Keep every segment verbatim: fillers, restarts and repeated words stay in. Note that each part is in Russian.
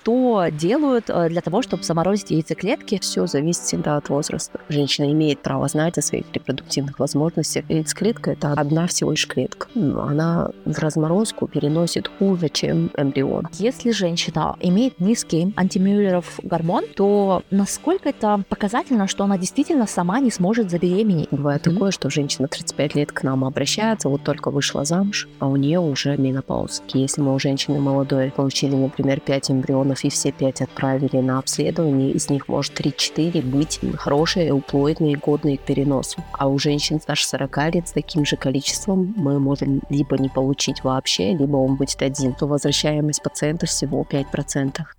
что делают для того, чтобы заморозить яйцеклетки? Все зависит всегда от возраста. Женщина имеет право знать о своих репродуктивных возможностях. Яйцеклетка – это одна всего лишь клетка. Она в разморозку переносит хуже, чем эмбрион. Если женщина имеет низкий антимюллеров гормон, то насколько это показательно, что она действительно сама не сможет забеременеть? Бывает mm-hmm. такое, что женщина тридцать пять лет к нам обращается, вот только вышла замуж, а у нее уже менопауза. Если мы у женщины молодой получили, например, пять эмбрионов и все пять отправили на обследование, из них может три-четыре быть хорошие, уплоидные, годные к переносу. А у женщин старше сорока лет с таким же количеством мы можем либо не получить вообще, либо он будет один. То возвращаемость пациента всего пять процентов.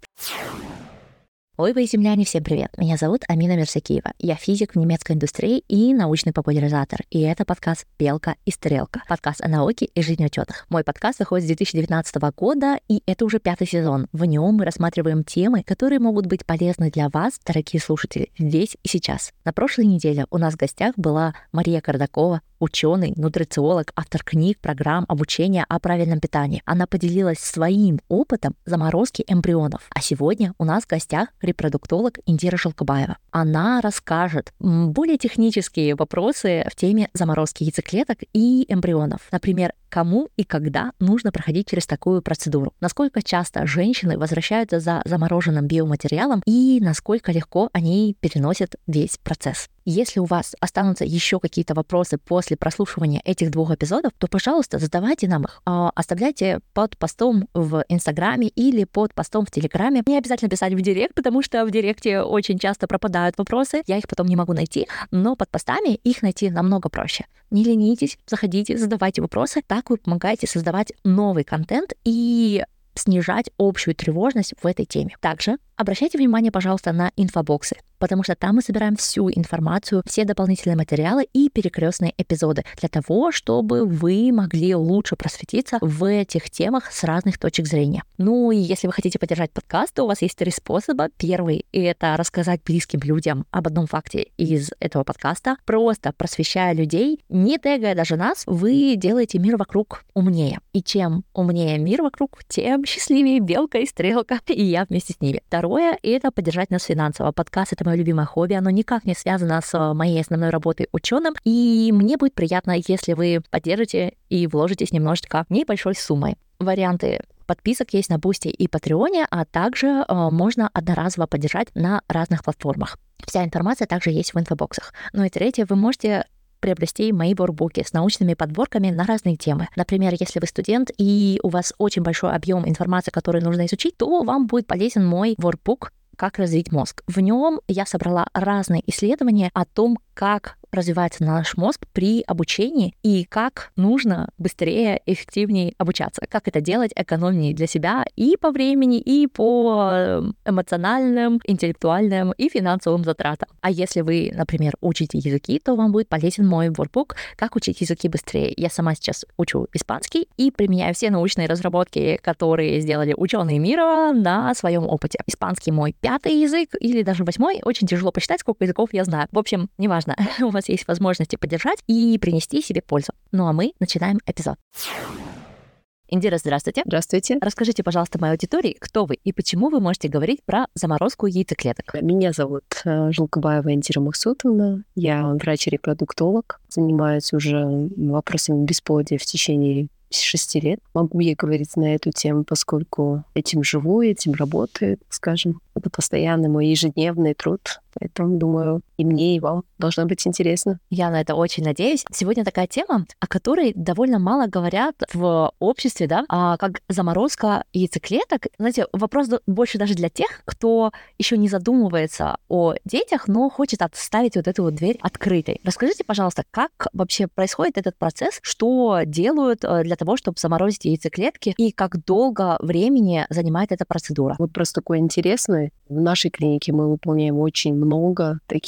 Ой, вы, земляне, всем привет! Меня зовут Амина Мерсакиева. Я физик в немецкой индустрии и научный популяризатор. И это подкаст «Белка и стрелка». Подкаст о науке и жизнеучетах. Мой подкаст выходит с две тысячи девятнадцатого года, и это уже пятый сезон. В нем мы рассматриваем темы, которые могут быть полезны для вас, дорогие слушатели, здесь и сейчас. На прошлой неделе у нас в гостях была Мария Кардакова, ученый, нутрициолог, автор книг, программ обучения о правильном питании. Она поделилась своим опытом заморозки эмбрионов. А сегодня у нас в гостях репродуктолог Индира Шалкобаева. Она расскажет более технические вопросы в теме заморозки яйцеклеток и эмбрионов. Например, кому и когда нужно проходить через такую процедуру, насколько часто женщины возвращаются за замороженным биоматериалом и насколько легко они переносят весь процесс. Если у вас останутся еще какие-то вопросы после прослушивания этих двух эпизодов, то, пожалуйста, задавайте нам их. Оставляйте под постом в Инстаграме или под постом в Телеграме. Не обязательно писать в Директ, потому что в Директе очень часто пропадают вопросы. Я их потом не могу найти, но под постами их найти намного проще. Не ленитесь, заходите, задавайте вопросы. Так вы помогаете создавать новый контент и снижать общую тревожность в этой теме. Также обращайте внимание, пожалуйста, на инфобоксы, потому что там мы собираем всю информацию, все дополнительные материалы и перекрестные эпизоды для того, чтобы вы могли лучше просветиться в этих темах с разных точек зрения. Ну и если вы хотите поддержать подкаст, то у вас есть три способа. Первый — это рассказать близким людям об одном факте из этого подкаста. Просто просвещая людей, не тегая даже нас, вы делаете мир вокруг умнее. И чем умнее мир вокруг, тем счастливее белка и стрелка, и я вместе с ними. Второе — это поддержать нас финансово. Подкаст — это мое любимое хобби, оно никак не связано с моей основной работой ученым, и мне будет приятно, если вы поддержите и вложитесь немножечко небольшой суммой. Варианты подписок есть на Бусти и Патреоне, а также э, можно одноразово поддержать на разных платформах. Вся информация также есть в инфобоксах. Ну и третье, вы можете приобрести мои воркбуки с научными подборками на разные темы. Например, если вы студент и у вас очень большой объем информации, который нужно изучить, то вам будет полезен мой воркбук «Как развить мозг». В нем я собрала разные исследования о том, как развивается наш мозг при обучении и как нужно быстрее, эффективнее обучаться. Как это делать экономнее для себя и по времени, и по эмоциональным, интеллектуальным и финансовым затратам. А если вы, например, учите языки, то вам будет полезен мой воркбук «Как учить языки быстрее». Я сама сейчас учу испанский и применяю все научные разработки, которые сделали ученые мира, на своем опыте. Испанский мой пятый язык или даже восьмой. Очень тяжело посчитать, сколько языков я знаю. В общем, неважно. У вас есть возможности поддержать и принести себе пользу. Ну а мы начинаем эпизод. Индира, здравствуйте. Здравствуйте. Расскажите, пожалуйста, моей аудитории, кто вы и почему вы можете говорить про заморозку яйцеклеток. Меня зовут Жалкобаева Индира Махсутовна. Я врач-репродуктолог. Занимаюсь уже вопросами бесплодия в течение шести лет. Могу я говорить на эту тему, поскольку этим живу, этим работаю, скажем. Это постоянный мой ежедневный труд. Поэтому, думаю, и мне, и вам должно быть интересно. Я на это очень надеюсь. Сегодня такая тема, о которой довольно мало говорят в обществе, да, а как заморозка яйцеклеток. Знаете, вопрос больше даже для тех, кто еще не задумывается о детях, но хочет оставить вот эту вот дверь открытой. Расскажите, пожалуйста, как вообще происходит этот процесс, что делают для того, чтобы заморозить яйцеклетки, и как долго времени занимает эта процедура? Вопрос такой интересный. В нашей клинике мы выполняем очень много таких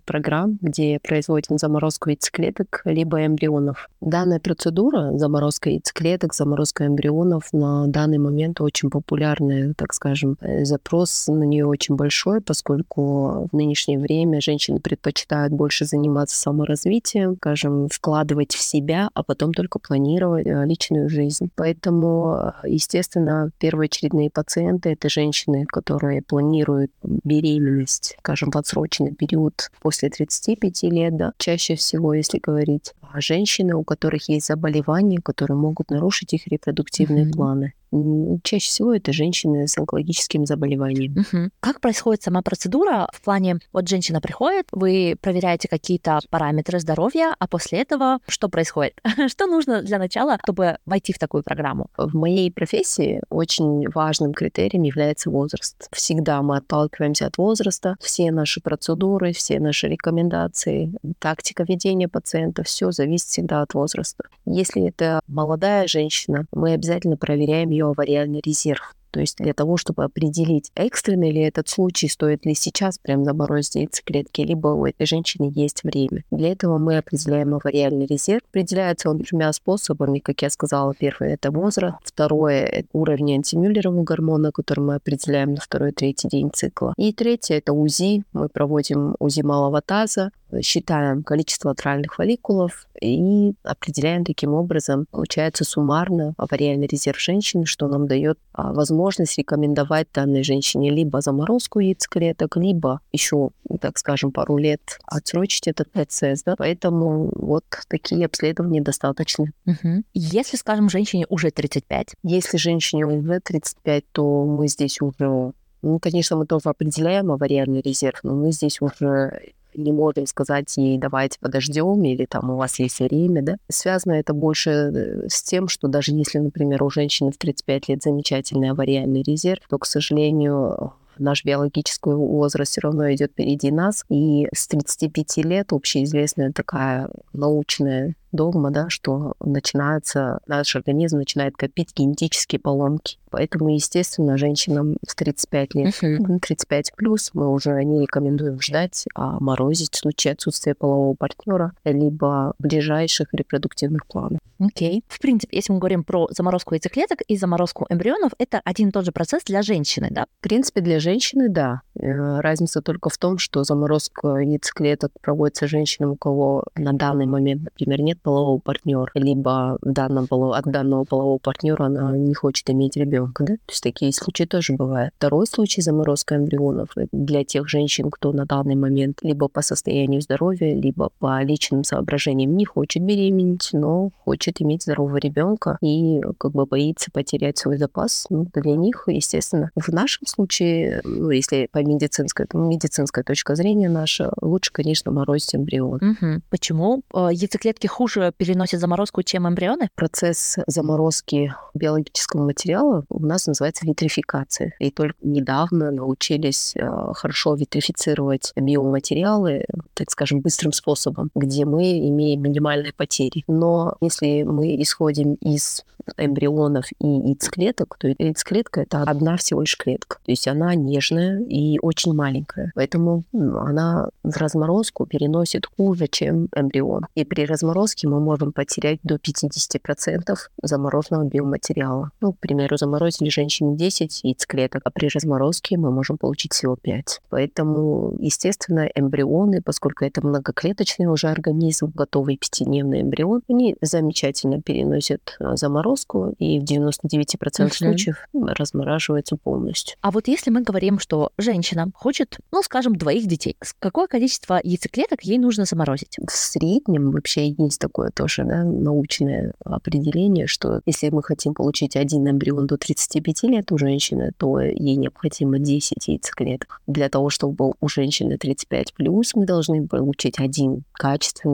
программ, где производим заморозку яйцеклеток либо эмбрионов. Данная процедура, заморозка яйцеклеток, заморозка эмбрионов, на данный момент очень популярная, так скажем. Запрос на нее очень большой, поскольку в нынешнее время женщины предпочитают больше заниматься саморазвитием, скажем, вкладывать в себя, а потом только планировать личную жизнь. Поэтому, естественно, первоочередные пациенты — это женщины, которые планируют беременность, скажем, в отсроченный период после тридцати пяти лет, да, чаще всего, если говорить. А женщины, у которых есть заболевания, которые могут нарушить их репродуктивные mm-hmm. планы. Чаще всего это женщины с онкологическим заболеванием. Угу. Как происходит сама процедура? В плане, вот женщина приходит, вы проверяете какие-то параметры здоровья, а после этого что происходит? Что нужно для начала, чтобы войти в такую программу? В моей профессии очень важным критерием является возраст. Всегда мы отталкиваемся от возраста. Все наши процедуры, все наши рекомендации, тактика ведения пациента, все зависит всегда от возраста. Если это молодая женщина, мы обязательно проверяем ее авариальный резерв. То есть для того, чтобы определить, экстренный ли этот случай, стоит ли сейчас прям заморозить яйцеклетки, либо у этой женщины есть время. Для этого мы определяем авариальный резерв. Определяется он тремя способами, как я сказала. Первый — это возраст. Второе — это уровень антимюллерового гормона, который мы определяем на второй-третий день цикла. И третье — это УЗИ. Мы проводим УЗИ малого таза, считаем количество атральных фолликулов и определяем таким образом, получается, суммарно авариальный резерв женщины, что нам дает а, возможность рекомендовать данной женщине либо заморозку яйцеклеток, либо еще, так скажем, пару лет отсрочить этот процесс. Да? Поэтому вот такие обследования достаточно. Угу. Если, скажем, женщине уже тридцать пять? Если женщине уже тридцать пять, то мы здесь уже, ну, конечно, мы тоже определяем авариальный резерв, но мы здесь уже не можем сказать ей, давайте подождем, или там у вас есть время, да. Связано это больше с тем, что даже если, например, у женщины в тридцать пять лет замечательный авариальный резерв, то, к сожалению, наш биологический возраст все равно идет впереди нас, и с тридцати пяти лет общеизвестная такая научная догма, да, что начинается, наш организм начинает копить генетические поломки. Поэтому, естественно, женщинам в тридцать пять лет, uh-huh. тридцать пять плюс, мы уже не рекомендуем ждать, а морозить в случае отсутствия полового партнера либо ближайших репродуктивных планов. Окей. Okay. В принципе, если мы говорим про заморозку яйцеклеток и заморозку эмбрионов, это один и тот же процесс для женщины, да? В принципе, для женщины, да. Разница только в том, что заморозка яйцеклеток проводится женщинам, у кого на данный момент, например, нет полового партнера, либо в данном, от данного полового партнера она не хочет иметь ребенка, да? То есть такие случаи тоже бывают. Второй случай — заморозка эмбрионов для тех женщин, кто на данный момент либо по состоянию здоровья, либо по личным соображениям не хочет беременеть, но хочет иметь здорового ребенка и как бы боится потерять свой запас. Ну, для них, естественно, в нашем случае, ну, если по медицинской, то медицинская точка зрения наша, лучше, конечно, морозить эмбрион. Угу. Почему яйцеклетки хуже переносят заморозку, чем эмбрионы? Процесс заморозки биологического материала у нас называется витрификация. И только недавно научились хорошо витрифицировать биоматериалы, так скажем, быстрым способом, где мы имеем минимальные потери. Но если мы исходим из эмбрионов и яйцеклеток, то яйцеклетка — это одна всего лишь клетка. То есть она нежная и очень маленькая. Поэтому она в разморозку переносит хуже, чем эмбрион. И при разморозке мы можем потерять до пятьдесят процентов замороженного биоматериала. Ну, к примеру, заморозили женщине десять яйцеклеток, а при разморозке мы можем получить всего пять. Поэтому, естественно, эмбрионы, поскольку это многоклеточный уже организм, готовый пятидневный эмбрион, они замечательно переносят заморозку, и в девяноста девяти процентах uh-huh. случаев размораживается полностью. А вот если мы говорим, что женщина хочет, ну, скажем, двоих детей, какое количество яйцеклеток ей нужно заморозить? В среднем вообще есть такое тоже, да, научное определение, что если мы хотим получить один эмбрион до тридцати пяти лет у женщины, то ей необходимо десять яйцеклеток. Для того, чтобы у женщины тридцать пять плюс, мы должны получить один качественный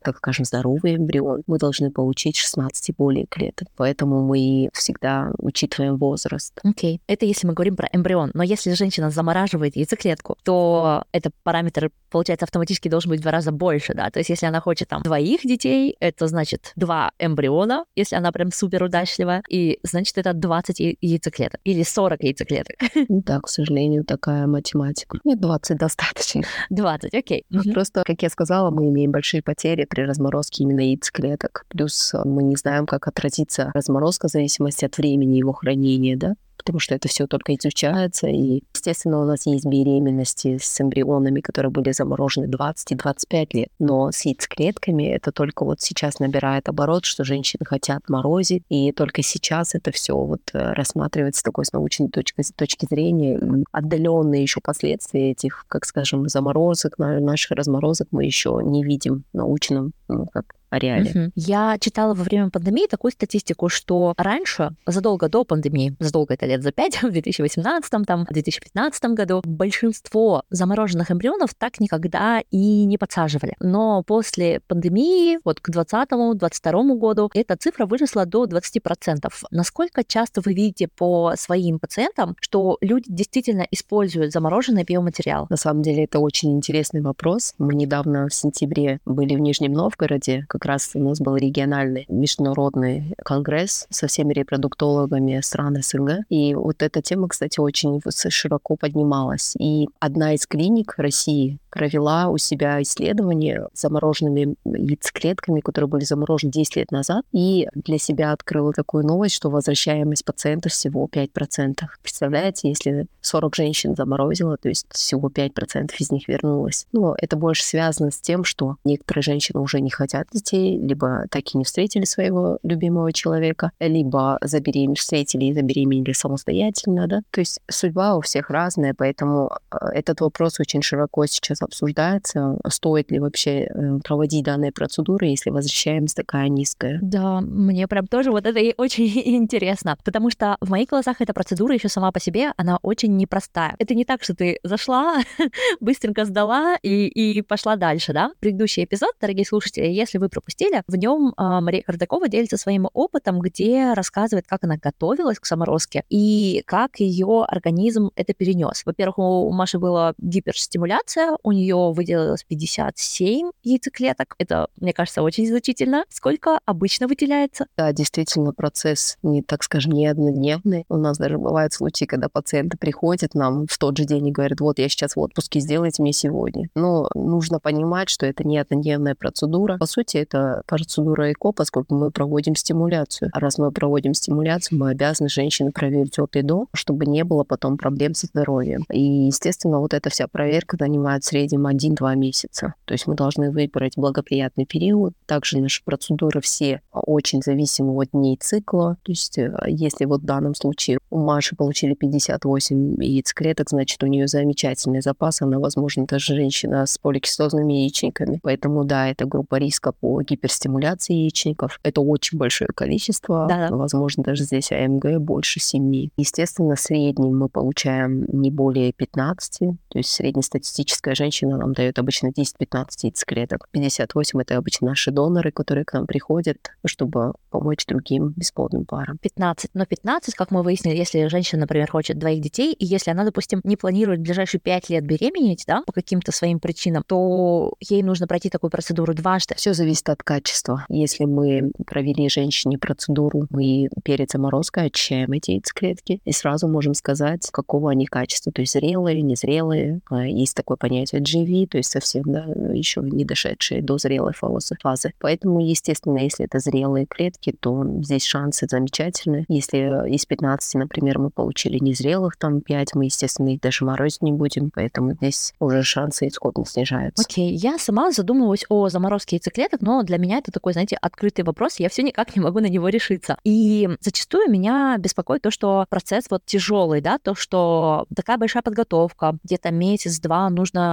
так скажем, здоровый эмбрион, мы должны получить шестнадцать и более клеток. Поэтому мы всегда учитываем возраст. Окей. Okay. Это если мы говорим про эмбрион. Но если женщина замораживает яйцеклетку, то этот параметр, получается, автоматически должен быть в два раза больше, да? То есть если она хочет там двоих детей, это значит два эмбриона, если она прям супер удачливая, и значит это двадцать яйцеклеток или сорок яйцеклеток. Да, к сожалению, такая математика. Нет, двадцать достаточно. двадцать, окей. Okay. Просто, как я сказала, мы имеем большие потери при разморозке именно яйцеклеток. Плюс мы не знаем, как отразится разморозка в зависимости от времени его хранения, да? Потому что это все только изучается. И, естественно, у нас есть беременности с эмбрионами, которые были заморожены двадцать и двадцать пять лет. Но с яйцеклетками это только вот сейчас набирает оборот, что женщины хотят морозить. И только сейчас это все вот рассматривается с такой с научной точки, точки зрения. Отдаленные еще последствия этих, как скажем, заморозок, наших разморозок мы еще не видим в научном, ну, как реалии. Uh-huh. Я читала во время пандемии такую статистику, что раньше, задолго до пандемии, задолго это лет за пять, в две тысячи восемнадцатом, там, в две тысячи пятнадцатом году, большинство замороженных эмбрионов так никогда и не подсаживали. Но после пандемии, вот к двадцатому двадцать второму году, эта цифра выросла до двадцать процентов. Насколько часто вы видите по своим пациентам, что люди действительно используют замороженный биоматериал? На самом деле это очень интересный вопрос. Мы недавно в сентябре были в Нижнем Новгороде, как раз у нас был региональный международный конгресс со всеми репродуктологами стран СНГ. И вот эта тема, кстати, очень широко поднималась. И одна из клиник России провела у себя исследование с замороженными яйцеклетками, которые были заморожены десять лет назад, и для себя открыла такую новость, что возвращаемость пациентов всего пять процентов. Представляете, если сорок женщин заморозило, то есть всего пять процентов из них вернулось. Но это больше связано с тем, что некоторые женщины уже не хотят детей, либо так и не встретили своего любимого человека, либо забеременели, встретили и забеременели самостоятельно, да. То есть судьба у всех разная, поэтому этот вопрос очень широко сейчас обсуждается, стоит ли вообще проводить данные процедуры, если возвращаемость такая низкая. Да, мне прям тоже вот это и очень интересно, потому что в моих глазах эта процедура еще сама по себе, она очень непростая. Это не так, что ты зашла, быстренько сдала и, и пошла дальше, да? Предыдущий эпизод, дорогие слушатели, если вы пропустили, в нем а, Мария Кардакова делится своим опытом, где рассказывает, как она готовилась к заморозке и как ее организм это перенес. Во-первых, у Маши была гиперстимуляция, у нее выделилось пятьдесят семь яйцеклеток. Это, мне кажется, очень значительно. Сколько обычно выделяется? Да, действительно, процесс, не, так скажем, не однодневный. У нас даже бывают случаи, когда пациенты приходят нам в тот же день и говорят, вот я сейчас в отпуске, сделайте мне сегодня. Но нужно понимать, что это не однодневная процедура. По сути, это процедура ЭКО, поскольку мы проводим стимуляцию. А раз мы проводим стимуляцию, мы обязаны женщину проверить от и до, чтобы не было потом проблем со здоровьем. И, естественно, вот эта вся проверка занимает в среднем один-два месяца. То есть мы должны выбрать благоприятный период. Также наши процедуры все очень зависимы от дней цикла. То есть если вот в данном случае у Маши получили пятьдесят восемь яйцеклеток, значит, у нее замечательный запас. Она, возможно, даже женщина с поликистозными яичниками. Поэтому, да, это группа риска по гиперстимуляции яичников. Это очень большое количество. Да-да. Возможно, даже здесь АМГ больше семи. Естественно, в среднем мы получаем не более пятнадцати. То есть среднестатистическая женщина нам дает обычно десять-пятнадцать яйцеклеток. пятьдесят восемь — это обычно наши доноры, которые к нам приходят, чтобы помочь другим бесплодным парам. пятнадцать. Но пятнадцать, как мы выяснили, если женщина, например, хочет двоих детей, и если она, допустим, не планирует в ближайшие пять лет беременеть, да, по каким-то своим причинам, то ей нужно пройти такую процедуру дважды. Все зависит от качества. Если мы провели женщине процедуру, мы перед заморозкой очищаем эти яйцеклетки и сразу можем сказать, какого они качества. То есть зрелые, незрелые. Есть такое понятие джи ви, то есть совсем, да, еще не дошедшие до зрелой фазы. Поэтому, естественно, если это зрелые клетки, то здесь шансы замечательные. Если из пятнадцати, например, мы получили незрелых, там пять, мы, естественно, их даже морозить не будем, поэтому здесь уже шансы исходно снижаются. Окей, okay. Я сама задумывалась о заморозке яйцеклеток, но для меня это такой, знаете, открытый вопрос, я все никак не могу на него решиться. И зачастую меня беспокоит то, что процесс вот тяжелый, да, то, что такая большая подготовка, где-то месяц-два нужно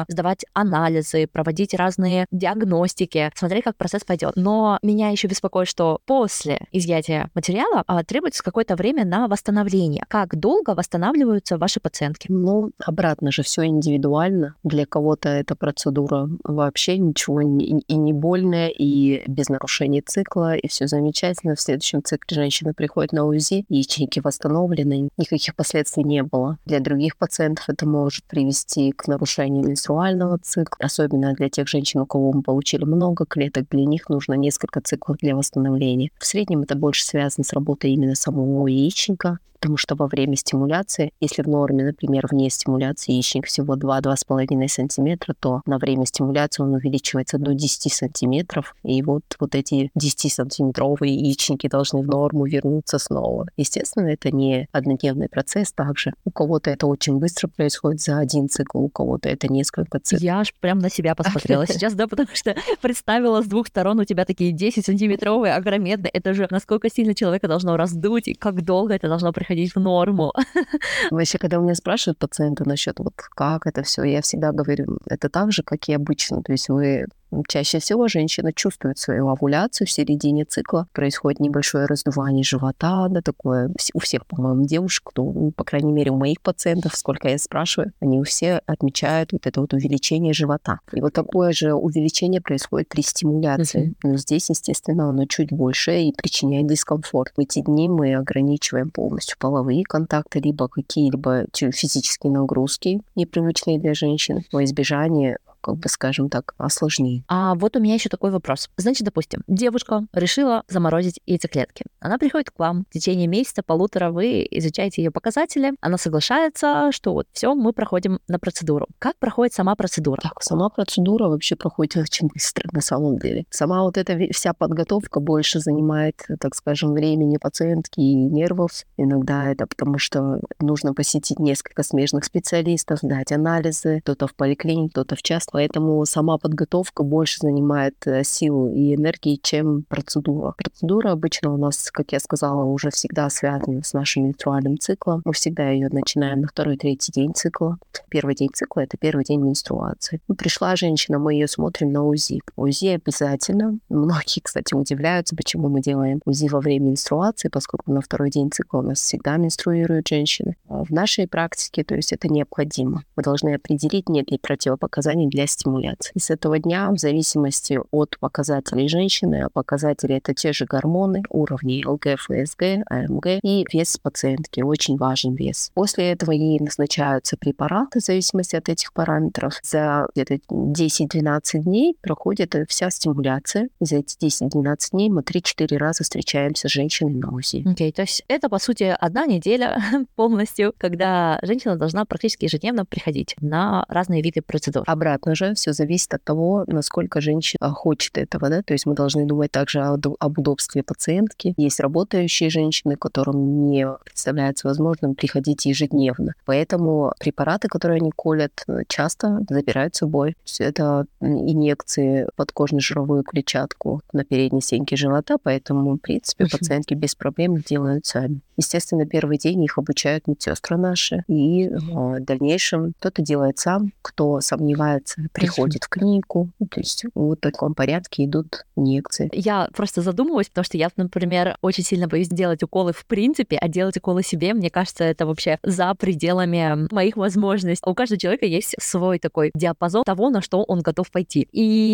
сдавать анализы, проводить разные диагностики, смотреть, как процесс пойдет. Но меня еще беспокоит, что после изъятия материала а, требуется какое-то время на восстановление. Как долго восстанавливаются ваши пациентки? Ну, обратно же все индивидуально. Для кого-то эта процедура вообще ничего не, и не больная, и без нарушений цикла, и все замечательно. В следующем цикле женщина приходит на УЗИ, яичники восстановлены, никаких последствий не было. Для других пациентов это может привести к нарушению менструального цикла, особенно для тех женщин, у кого мы получили много клеток, для них нужно несколько циклов для восстановления. В среднем это больше связано с работой именно самого яичника, потому что во время стимуляции, если в норме, например, вне стимуляции яичник всего два-два с половиной сантиметра, то на время стимуляции он увеличивается до десяти сантиметров, и вот, вот эти десятисантиметровые яичники должны в норму вернуться снова. Естественно, это не однодневный процесс также. У кого-то это очень быстро происходит за один цикл, у кого-то это несколько циклов. Я аж прям на себя посмотрела сейчас, да, потому что представила с двух сторон у тебя такие десятисантиметровые, огроменные. Это же насколько сильно человека должно раздуть, и как долго это должно приходить в норму. Вообще, когда у меня спрашивают пациенты насчет вот как это все, я всегда говорю, это так же, как и обычно. То есть вы чаще всего женщина чувствует свою овуляцию в середине цикла, происходит небольшое раздувание живота, да, такое у всех, по-моему, девушек, ну, по крайней мере, у моих пациентов, сколько я спрашиваю, они все отмечают вот это вот увеличение живота. И вот такое же увеличение происходит при стимуляции. Uh-huh. Но здесь, естественно, оно чуть больше и причиняет дискомфорт. В эти дни мы ограничиваем полностью половые контакты, либо какие-либо физические нагрузки, непривычные для женщин, во избежание, как бы, скажем так, осложнений. А вот у меня еще такой вопрос. Значит, допустим, девушка решила заморозить яйцеклетки. Она приходит к вам в течение месяца, полутора, вы изучаете ее показатели, она соглашается, что вот все, мы проходим на процедуру. Как проходит сама процедура? Так, сама процедура вообще проходит очень быстро на самом деле. Сама вот эта вся подготовка больше занимает, так скажем, времени пациентки и нервов. Иногда это потому, что нужно посетить несколько смежных специалистов, дать анализы, кто-то в поликлинике, кто-то в частном. Поэтому сама подготовка больше занимает сил и энергии, чем процедура. Процедура обычно у нас, как я сказала, уже всегда связана с нашим менструальным циклом. Мы всегда ее начинаем на второй-третий день цикла. Первый день цикла — это первый день менструации. Ну, пришла женщина, мы ее смотрим на УЗИ. УЗИ обязательно. Многие, кстати, удивляются, почему мы делаем УЗИ во время менструации, поскольку на второй день цикла у нас всегда менструируют женщины. А в нашей практике, то есть это необходимо. Мы должны определить, нет ли противопоказаний для стимуляции. И с этого дня, в зависимости от показателей женщины, а показатели — это те же гормоны, уровни эл гэ, эф эс гэ, а эм гэ и вес пациентки. Очень важен вес. После этого ей назначаются препараты в зависимости от этих параметров. За где-то десять-двенадцать дней проходит вся стимуляция. И за эти десять-двенадцать дней мы три-четыре раза встречаемся с женщиной на УЗИ. Окей, okay, то есть это, по сути, одна неделя полностью, когда женщина должна практически ежедневно приходить на разные виды процедур. Обратно же, все зависит от того, насколько женщина хочет этого, да, то есть мы должны думать также об удобстве пациентки. Есть работающие женщины, которым не представляется возможным приходить ежедневно, поэтому препараты, которые они колят, часто забирают с собой. Это инъекции в подкожно-жировую клетчатку на передней стенке живота, поэтому, в принципе, uh-huh. пациентки без проблем их делают сами. Естественно, первый день их обучают медсестры наши, и в дальнейшем кто-то делает сам, кто сомневается, приходит в клинику. То есть вот в таком порядке идут инъекции. Я просто задумалась, потому что я, например, очень сильно боюсь делать уколы в принципе, а делать уколы себе, мне кажется, это вообще за пределами моих возможностей. У каждого человека есть свой такой диапазон того, на что он готов пойти.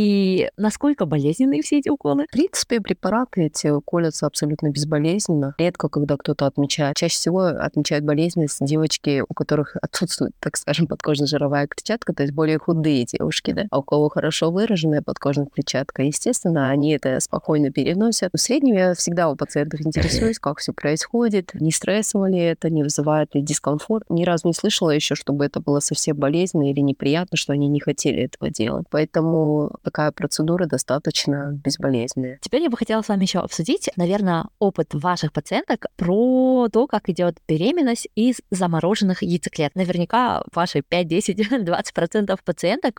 И насколько болезненные все эти уколы? В принципе, препараты эти колятся абсолютно безболезненно. Редко, когда кто-то отмечает. Чаще всего отмечают болезненность девочки, у которых отсутствует, так скажем, подкожно-жировая клетчатка, то есть более худые девушки, да, а у кого хорошо выраженная подкожная клетчатка, естественно, они это спокойно переносят. В среднем я всегда у пациентов интересуюсь, как все происходит, не стрессово ли это, не вызывает ли дискомфорт. Ни разу не слышала еще, чтобы это было совсем болезненно или неприятно, что они не хотели этого делать. Поэтому такая процедура достаточно безболезненная. Теперь я бы хотела с вами еще обсудить, наверное, опыт ваших пациенток про то, как идет беременность из замороженных яйцеклеток. Наверняка ваши пять, десять, двадцать процентов пациенток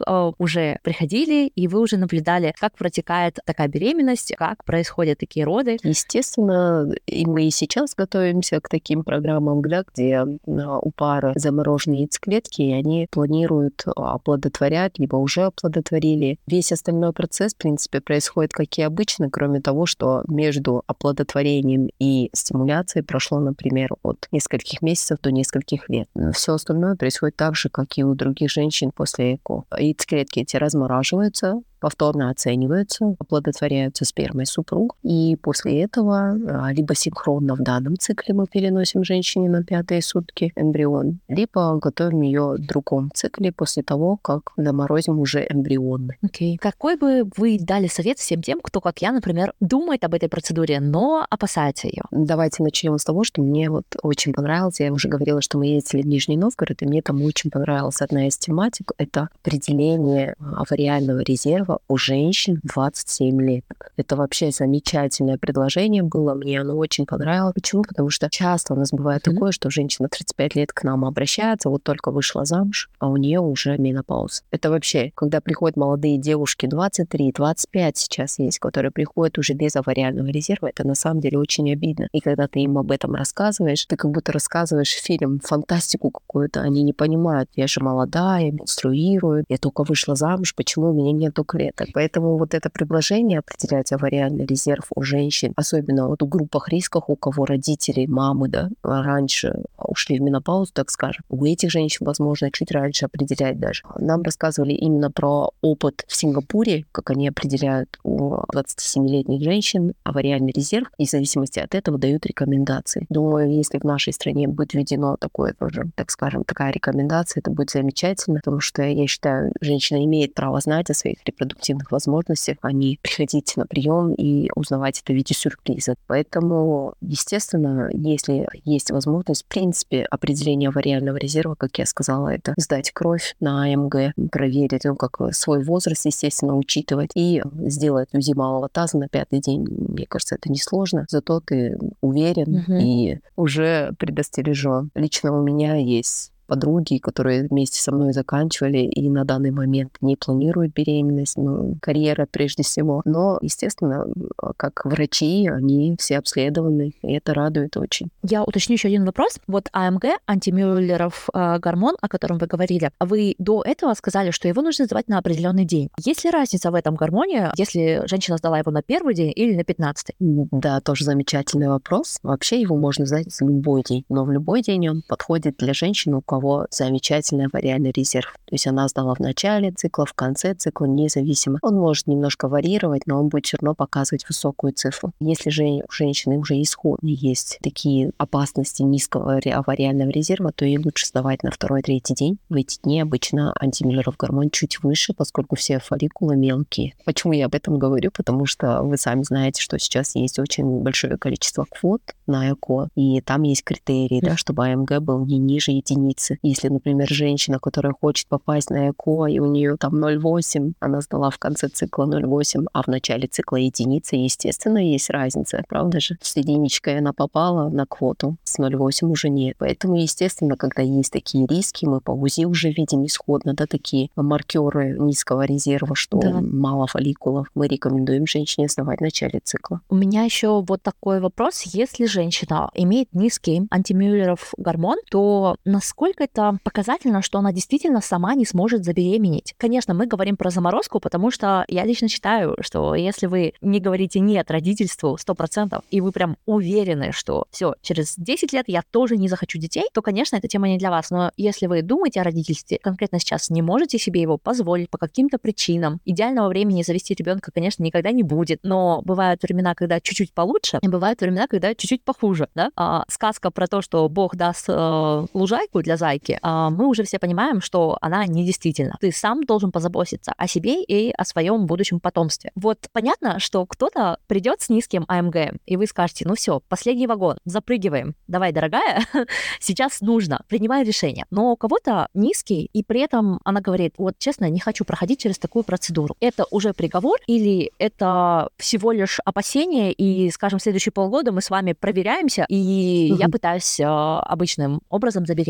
э, уже приходили, и вы уже наблюдали, как протекает такая беременность, как происходят такие роды? Естественно, и мы и сейчас готовимся к таким программам, да, где у пары замороженные яйцеклетки, и они планируют оплодотворять, либо уже оплодотворили. Весь остальной процесс, в принципе, происходит как и обычно, кроме того, что между оплодотворением и стимуляцией прошло, например, от нескольких месяцев до нескольких лет. Все остальное происходит так же, как и у других женщин после ЭКО. Яйцеклетки эти размораживаются, повторно оцениваются, оплодотворяются спермой супруг, и после этого либо синхронно в данном цикле мы переносим женщине на пятые сутки эмбрион, либо готовим ее в другом цикле после того, как заморозим уже эмбрион. Окей. Okay. Какой бы вы дали совет всем тем, кто, как я, например, думает об этой процедуре, но опасается ее? Давайте начнем с того, что мне вот очень понравилось. Я уже говорила, что мы ездили в Нижний Новгород, и мне там очень понравилась одна из тематик. Это определение овариального резерва у женщин двадцать семь лет. Это вообще замечательное предложение было, мне оно очень понравилось. Почему? Потому что часто у нас бывает mm-hmm. такое, что женщина тридцать пять лет к нам обращается, вот только вышла замуж, а у нее уже менопауза. Это вообще, когда приходят молодые девушки, двадцать три двадцать пять сейчас есть, которые приходят уже без овариального резерва, это на самом деле очень обидно. И когда ты им об этом рассказываешь, ты как будто рассказываешь фильм, фантастику какую-то, они не понимают, я же молодая, менструирую, я только вышла замуж, почему у меня нету клеток? Поэтому вот это предложение определять овариальный резерв у женщин, особенно вот в группах рисков, у кого родители, мамы, да, раньше ушли в менопаузу, так скажем, у этих женщин, возможно, чуть раньше определять даже. Нам рассказывали именно про опыт в Сингапуре, как они определяют у двадцатисемилетних женщин овариальный резерв, и в зависимости от этого дают рекомендации. Думаю, если в нашей стране будет введено такое тоже, так скажем, такая рекомендация, это будет замечательно, потому что, я считаю, женщина имеет право знать о своих репродуктивных возможностях, а не приходить на прием и узнавать это в виде сюрприза. Поэтому, естественно, если есть возможность, в принципе, определение авариального резерва, как я сказала, это сдать кровь на АМГ, проверить, ну, как свой возраст, естественно, учитывать, и сделать УЗИ малого таза на пятый день. Мне кажется, это несложно, зато ты уверен угу. и уже предостережен. Лично у меня есть подруги, которые вместе со мной заканчивали и на данный момент не планируют беременность, ну, карьера прежде всего. Но, естественно, как врачи, они все обследованы, и это радует очень. Я уточню еще один вопрос. Вот АМГ, антимюллеров э, гормон, о котором вы говорили, вы до этого сказали, что его нужно сдавать на определенный день. Есть ли разница в этом гормоне, если женщина сдала его на первый день или на пятнадцатый? Да, тоже замечательный вопрос. Вообще его можно сдать в любой день, но в любой день он подходит для женщины, у кого кого замечательный авариальный резерв. То есть она сдала в начале цикла, в конце цикла, независимо. Он может немножко варьировать, но он будет все равно показывать высокую цифру. Если же у женщины уже исходно есть такие опасности низкого авариального резерва, то ей лучше сдавать на второй-третий день. В эти дни обычно антимюллеров гормон чуть выше, поскольку все фолликулы мелкие. Почему я об этом говорю? Потому что вы сами знаете, что сейчас есть очень большое количество квот на ЭКО, и там есть критерии, да, чтобы АМГ был не ниже единицы. Если, например, женщина, которая хочет попасть на ЭКО, и у нее там ноль целых восемь десятых, она сдала в конце цикла ноль целых восемь десятых, а в начале цикла единица, естественно, есть разница, правда же? С единичкой она попала на квоту, с ноль целых восемь десятых уже нет. Поэтому, естественно, когда есть такие риски, мы по УЗИ уже видим исходно, да, такие маркеры низкого резерва, что да. мало фолликулов, мы рекомендуем женщине сдавать в начале цикла. У меня еще вот такой вопрос. Если женщина имеет низкий антимюллеров гормон, то насколько это показательно, что она действительно сама не сможет забеременеть? Конечно, мы говорим про заморозку, потому что я лично считаю, что если вы не говорите «нет» родительству сто процентов, и вы прям уверены, что все, через десять лет я тоже не захочу детей, то, конечно, эта тема не для вас. Но если вы думаете о родительстве, конкретно сейчас не можете себе его позволить по каким-то причинам, идеального времени завести ребенка, конечно, никогда не будет, но бывают времена, когда чуть-чуть получше, и бывают времена, когда чуть-чуть похуже, да? А, сказка про то, что Бог даст э, лужайку для зайки, а мы уже все понимаем, что она недействительна. Ты сам должен позаботиться о себе и о своем будущем потомстве. Вот понятно, что кто-то придет с низким АМГ, и вы скажете, ну все, последний вагон, запрыгиваем. Давай, дорогая, сейчас нужно, принимай решение. Но у кого-то низкий, и при этом она говорит, вот честно, не хочу проходить через такую процедуру. Это уже приговор или это всего лишь опасение, и, скажем, в следующие полгода мы с вами проверяемся, и угу. я пытаюсь э, обычным образом забеременеть? На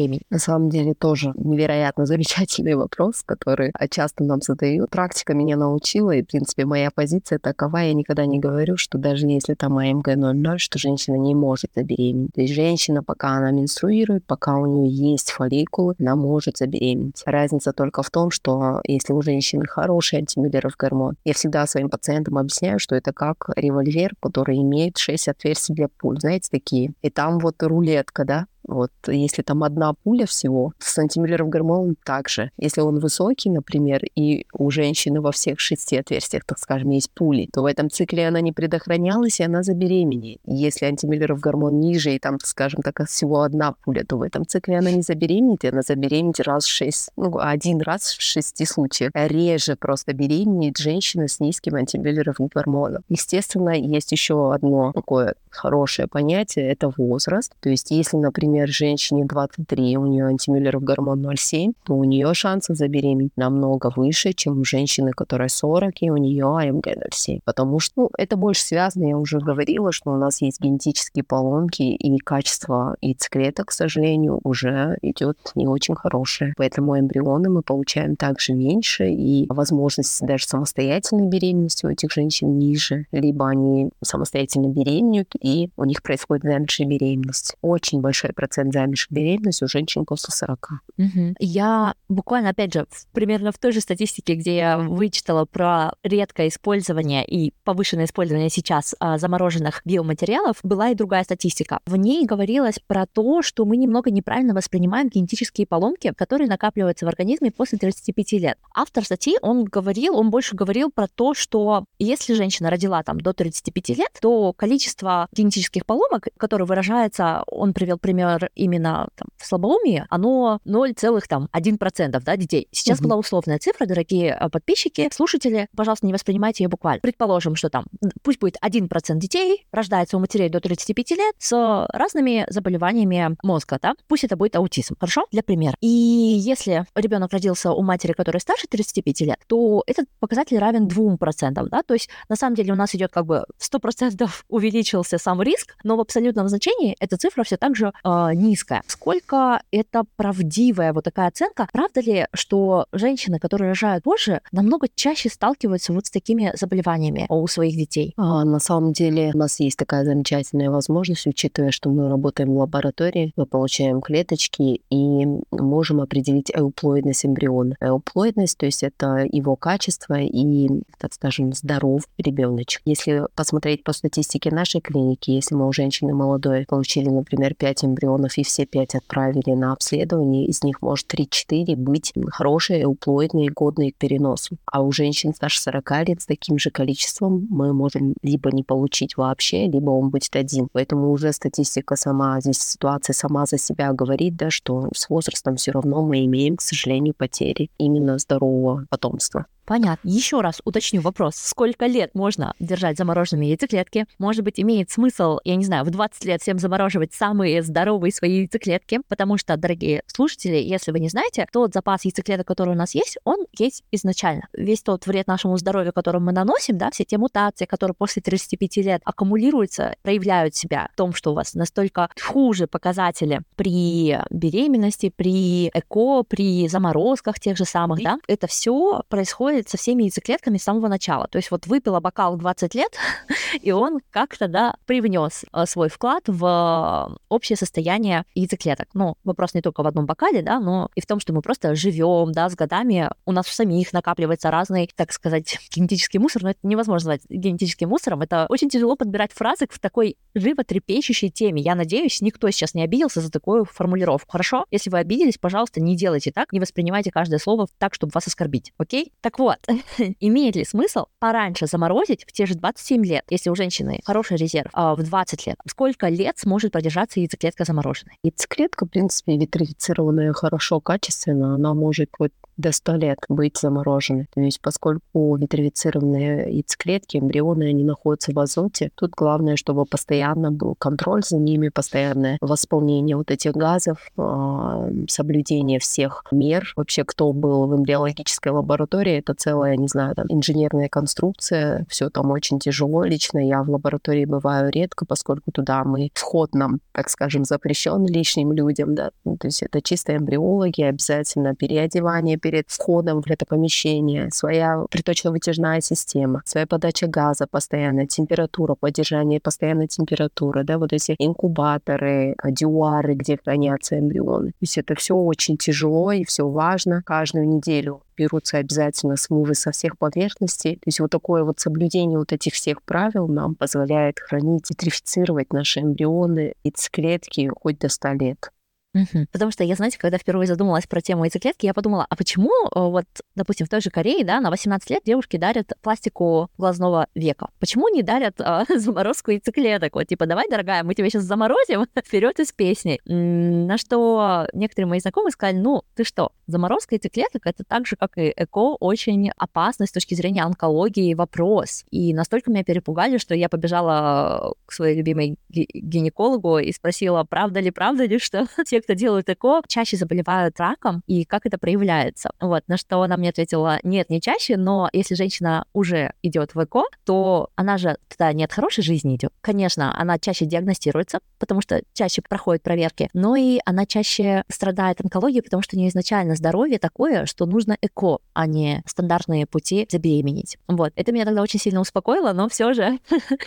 самом деле тоже невероятно замечательный вопрос, который часто нам задают. Практика меня научила, и, в принципе, моя позиция такова. Я никогда не говорю, что даже если там АМГ ноль ноль, что женщина не может забеременеть. То есть женщина, пока она менструирует, пока у нее есть фолликулы, она может забеременеть. Разница только в том, что если у женщины хороший антимюллеров гормон, я всегда своим пациентам объясняю, что это как револьвер, который имеет шесть отверстий для пуль. Знаете, такие. И там вот рулетка, да? Вот, если там одна пуля всего, с антимюллеров гормоном также. Если он высокий, например, и у женщины во всех шести отверстиях, так скажем, есть пули, то в этом цикле она не предохранялась, и она забеременеет. Если антимюллеров гормон ниже, и там, скажем так, всего одна пуля, то в этом цикле она не забеременеет, и она забеременеет раз в шесть, ну, один раз в шести случаях. Реже просто беременеет женщина с низким антимюллеровым гормоном. Естественно, есть еще одно такое хорошее понятие, это возраст. То есть, если, например, женщине двадцать три, у нее антимюллеров гормон ноль семь, то у нее шансы забеременеть намного выше, чем у женщины, которая сорок, и у нее АМГ ноль семь. Потому что ну, это больше связано, я уже говорила, что у нас есть генетические поломки, и качество яйцеклеток, к сожалению, уже идет не очень хорошее. Поэтому эмбрионы мы получаем также меньше, и возможность даже самостоятельной беременности у этих женщин ниже, либо они самостоятельно беременеют, и у них происходит замершая беременность. Очень большой процент замершей беременности у женщин после сорока. Угу. Я буквально, опять же, в, примерно в той же статистике, где я вычитала про редкое использование и повышенное использование сейчас а, замороженных биоматериалов, была и другая статистика. В ней говорилось про то, что мы немного неправильно воспринимаем генетические поломки, которые накапливаются в организме после тридцати пяти лет. Автор статьи, он говорил, он больше говорил про то, что если женщина родила там до тридцати пяти лет, то количество генетических поломок, которое выражается, он привел пример именно там, в слабоумии, оно ноль целых один процент, да, детей. Сейчас угу. была условная цифра, дорогие подписчики, слушатели, пожалуйста, не воспринимайте ее буквально. Предположим, что там, пусть будет один процент детей рождается у матерей до тридцати пяти лет с разными заболеваниями мозга, да, пусть это будет аутизм, хорошо? Для примера. И если ребенок родился у матери, которая старше тридцати пяти лет, то этот показатель равен двум процентам, да, то есть на самом деле у нас идет как бы в сто процентов увеличился сам риск, но в абсолютном значении эта цифра все так же э, низкая. Сколько это правдивая вот такая оценка? Правда ли, что женщины, которые рожают позже, намного чаще сталкиваются вот с такими заболеваниями у своих детей? А, на самом деле у нас есть такая замечательная возможность, учитывая, что мы работаем в лаборатории, мы получаем клеточки и можем определить эуплоидность эмбриона. Эуплоидность, то есть это его качество и, так скажем, здоров ребеночек. Если посмотреть по статистике нашей клиники, если мы у женщины молодой получили, например, пять эмбрионов и все пять отправили на обследование, из них может три-четыре быть хорошие, эуплоидные, годные к переносу. А у женщин старше сорока лет с таким же количеством мы можем либо не получить вообще, либо он будет один. Поэтому уже статистика сама, здесь ситуация сама за себя говорит, да, что с возрастом все равно мы имеем, к сожалению, потери именно здорового потомства. Понятно. Еще раз уточню вопрос. Сколько лет можно держать замороженные яйцеклетки? Может быть, имеет смысл, я не знаю, в двадцать лет всем замораживать самые здоровые свои яйцеклетки? Потому что, дорогие слушатели, если вы не знаете, тот запас яйцеклеток, который у нас есть, он есть изначально. Весь тот вред нашему здоровью, который мы наносим, да, все те мутации, которые после тридцати пяти лет аккумулируются, проявляют себя в том, что у вас настолько хуже показатели при беременности, при ЭКО, при заморозках тех же самых, да, это все происходит со всеми яйцеклетками с самого начала. То есть вот выпила бокал двадцать лет, и он как-то, да, привнес свой вклад в общее состояние яйцеклеток. Ну, вопрос не только в одном бокале, да, но и в том, что мы просто живем, да, с годами у нас у самих накапливается разный, так сказать, генетический мусор, но это невозможно назвать генетическим мусором. Это очень тяжело подбирать фразы в такой животрепещущей теме. Я надеюсь, никто сейчас не обиделся за такую формулировку. Хорошо? Если вы обиделись, пожалуйста, не делайте так, не воспринимайте каждое слово так, чтобы вас оскорбить. Окей? Так вот, имеет ли смысл пораньше заморозить в те же двадцать семь лет, если у женщины хороший резерв, а в двадцать лет? Сколько лет сможет продержаться яйцеклетка замороженной? Яйцеклетка, в принципе, витрифицированная хорошо, качественно, она может хоть до ста лет быть заморожены. То есть поскольку витрифицированные яйцеклетки, эмбрионы, они находятся в азоте, тут главное, чтобы постоянно был контроль за ними, постоянное восполнение вот этих газов, соблюдение всех мер. Вообще, кто был в эмбриологической лаборатории, это целая, не знаю, там, инженерная конструкция, все там очень тяжело. Лично я в лаборатории бываю редко, поскольку туда мы, вход нам, так скажем, запрещен лишним людям, да, ну, то есть это чисто эмбриологи, обязательно переодевание перед входом в это помещение, своя приточно-вытяжная система, своя подача газа постоянная, температура, поддержание постоянной температуры, да, вот эти инкубаторы, дюары, где хранятся эмбрионы. То есть это все очень тяжело и все важно. Каждую неделю берутся обязательно смывы со всех поверхностей. То есть вот такое вот соблюдение вот этих всех правил нам позволяет хранить, витрифицировать наши эмбрионы, яйцеклетки хоть до ста лет. Мгм. Потому что я, знаете, когда впервые задумалась про тему яйцеклетки, я подумала, а почему э, вот, допустим, в той же Корее, да, на восемнадцать лет девушки дарят пластику глазного века? Почему не дарят э, заморозку яйцеклеток? Вот типа, давай, дорогая, мы тебя сейчас заморозим, вперед из песни. М, На что некоторые мои знакомые сказали, ну, ты что, заморозка яйцеклеток — это так же, как и ЭКО, очень опасный с точки зрения онкологии вопрос. И настолько меня перепугали, что я побежала к своей любимой ге- гинекологу и спросила, правда ли, правда ли, что те, кто делают ЭКО, чаще заболевают раком, и как это проявляется. Вот, на что она мне ответила, нет, не чаще, но если женщина уже идет в ЭКО, то она же тогда не от хорошей жизни идет. Конечно, она чаще диагностируется, потому что чаще проходит проверки, но и она чаще страдает онкологией, потому что у нее изначально здоровье такое, что нужно ЭКО, а не стандартные пути забеременеть. Вот, это меня тогда очень сильно успокоило, но все же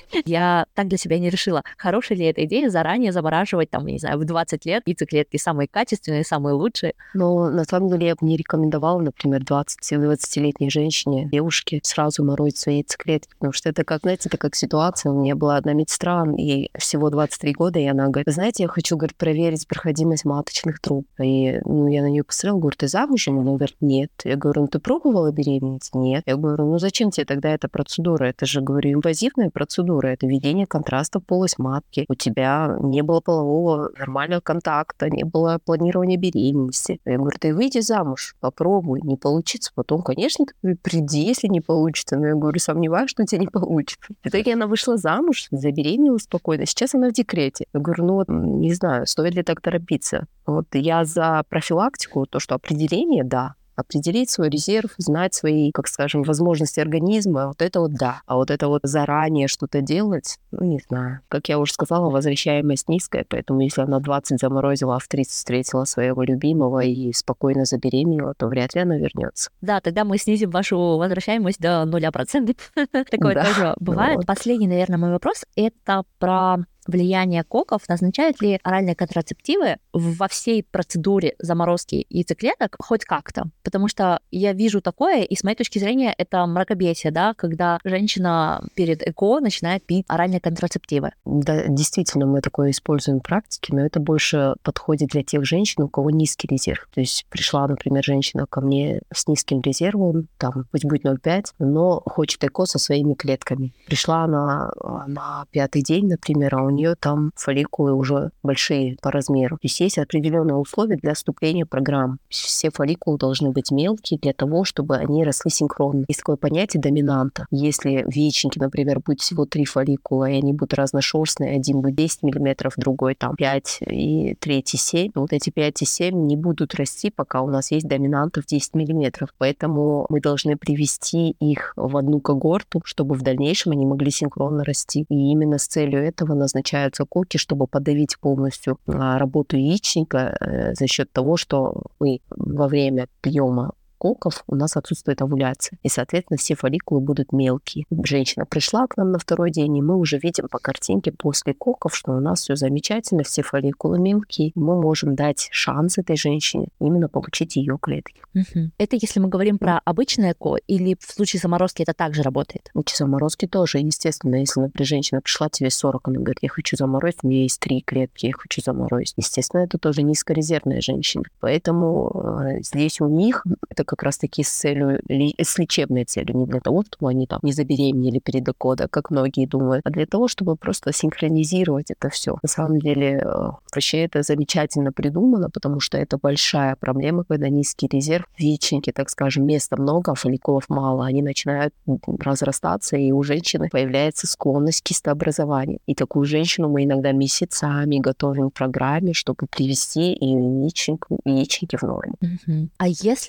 я так для себя не решила, хорошая ли эта идея заранее замораживать, там, не знаю, в двадцать лет яйцеклетки самые качественные, самые лучшие. Но на самом деле я бы не рекомендовала, например, двадцати-двадцатилетней женщине, девушке сразу морозить свои яйцеклетки, потому что это как, знаете, это как ситуация. У меня была одна медсестра, ей всего двадцать три года, и она говорит, вы знаете, я хочу, говорит, проверить проходимость маточных труб. И ну, я на нее посмотрела, говорю, ты замужем? Она говорит, нет. Я говорю, ну ты пробовала беременеть? Нет. Я говорю, ну зачем тебе тогда эта процедура? Это же, говорю, инвазивная процедура, это введение контраста в полость матки. У тебя не было полового нормального контакта, не было планирования беременности. Я говорю, ты выйди замуж, попробуй, не получится. Потом, конечно, ты приди, если не получится. Но я говорю, сомневаюсь, что у тебя не получится. В итоге она вышла замуж, забеременела спокойно. Сейчас она в декрете. Я говорю, ну вот, не знаю, стоит ли так торопиться. Вот я за профилактику, то, что определение, да, определить свой резерв, знать свои, как скажем, возможности организма, вот это вот да. А вот это вот заранее что-то делать, ну, не знаю. Как я уже сказала, возвращаемость низкая, поэтому если она двадцать заморозила, а в тридцать встретила своего любимого и спокойно забеременела, то вряд ли она вернется. Да, тогда мы снизим вашу возвращаемость до нуля процентов. Такое Да, тоже бывает. вот. Последний, наверное, мой вопрос — это про влияние коков. Назначают ли оральные контрацептивы во всей процедуре заморозки яйцеклеток хоть как-то? Потому что я вижу такое, и с моей точки зрения это мракобесие, да, когда женщина перед ЭКО начинает пить оральные контрацептивы. Да, действительно, мы такое используем в практике, но это больше подходит для тех женщин, у кого низкий резерв. То есть пришла, например, женщина ко мне с низким резервом, там, пусть будет ноль целых пять, но хочет ЭКО со своими клетками. Пришла она на пятый день, например, а у нее там фолликулы уже большие по размеру. То есть есть определенные условия для вступления в программу. Все фолликулы должны быть мелкие для того, чтобы они росли синхронно. Есть такое понятие доминанта. Если в яичнике, например, будет всего три фолликула, и они будут разношерстные, один будет десять миллиметров, другой там пять, и третий семь, то вот эти пять и семь не будут расти, пока у нас есть доминанта в десять миллиметров. Поэтому мы должны привести их в одну когорту, чтобы в дальнейшем они могли синхронно расти. И именно с целью этого назначаются коки, чтобы подавить полностью работу яичника за счет того, что мы во время приема коков у нас отсутствует овуляция. И, соответственно, все фолликулы будут мелкие. Женщина пришла к нам на второй день, и мы уже видим по картинке после коков, что у нас все замечательно, все фолликулы мелкие. Мы можем дать шанс этой женщине именно получить ее клетки. Угу. Это если мы говорим про обычное ЭКО, или в случае заморозки это также работает? В случае заморозки тоже, естественно, если, например, женщина пришла, тебе сорок, она говорит, я хочу заморозить, у меня есть три клетки, я хочу заморозить. Естественно, это тоже низкорезервная женщина. Поэтому э, здесь у них это как раз-таки с целью, с лечебной целью, не для того, чтобы они там не забеременели перед ЭКО, да, как многие думают, а для того, чтобы просто синхронизировать это все. На самом деле, вообще это замечательно придумано, потому что это большая проблема, когда низкий резерв в яичнике, так скажем, места много, а фолликулов мало, они начинают разрастаться, и у женщины появляется склонность к кистообразованию. И такую женщину мы иногда месяцами готовим к программе, чтобы привести ее яичник, яичники в норму. Угу. А если мы говорим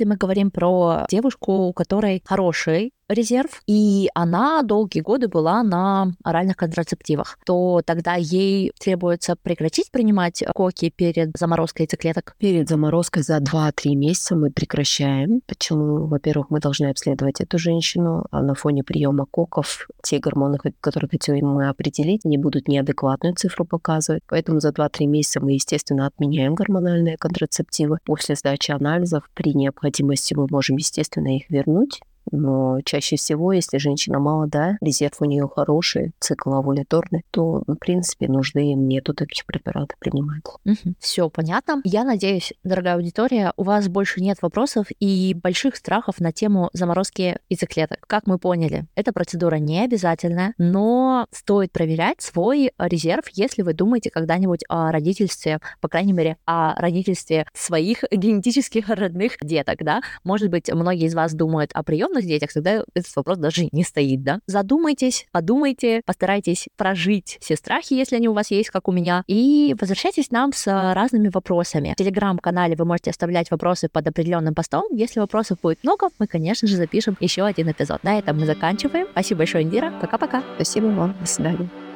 говорим про девушку, у которой хороший резерв, и она долгие годы была на оральных контрацептивах, то тогда ей требуется прекратить принимать коки перед заморозкой яйцеклеток? Перед заморозкой за два-три месяца мы прекращаем. Почему? Во-первых, мы должны обследовать эту женщину, а на фоне приема коков те гормоны, которые хотим мы определить, не будут неадекватную цифру показывать. Поэтому за два-три месяца мы, естественно, отменяем гормональные контрацептивы. После сдачи анализов при необходимости мы можем, естественно, их вернуть. Но чаще всего, если женщина молодая, резерв у нее хороший, цикл овуляторный, то, в принципе, нужды им нету таких препаратов принимать. Угу. Все понятно. Я надеюсь, дорогая аудитория, у вас больше нет вопросов и больших страхов на тему заморозки яйцеклеток. Как мы поняли, эта процедура не обязательная, но стоит проверять свой резерв, если вы думаете когда-нибудь о родительстве, по крайней мере, о родительстве своих генетических родных деток, да? Может быть, многие из вас думают о приемных детях, тогда этот вопрос даже не стоит, да? Задумайтесь, подумайте, постарайтесь прожить все страхи, если они у вас есть, как у меня, и возвращайтесь к нам с разными вопросами. В Телеграм-канале вы можете оставлять вопросы под определенным постом. Если вопросов будет много, мы, конечно же, запишем еще один эпизод. На этом мы заканчиваем. Спасибо большое, Индира. Пока-пока. Спасибо вам. До свидания.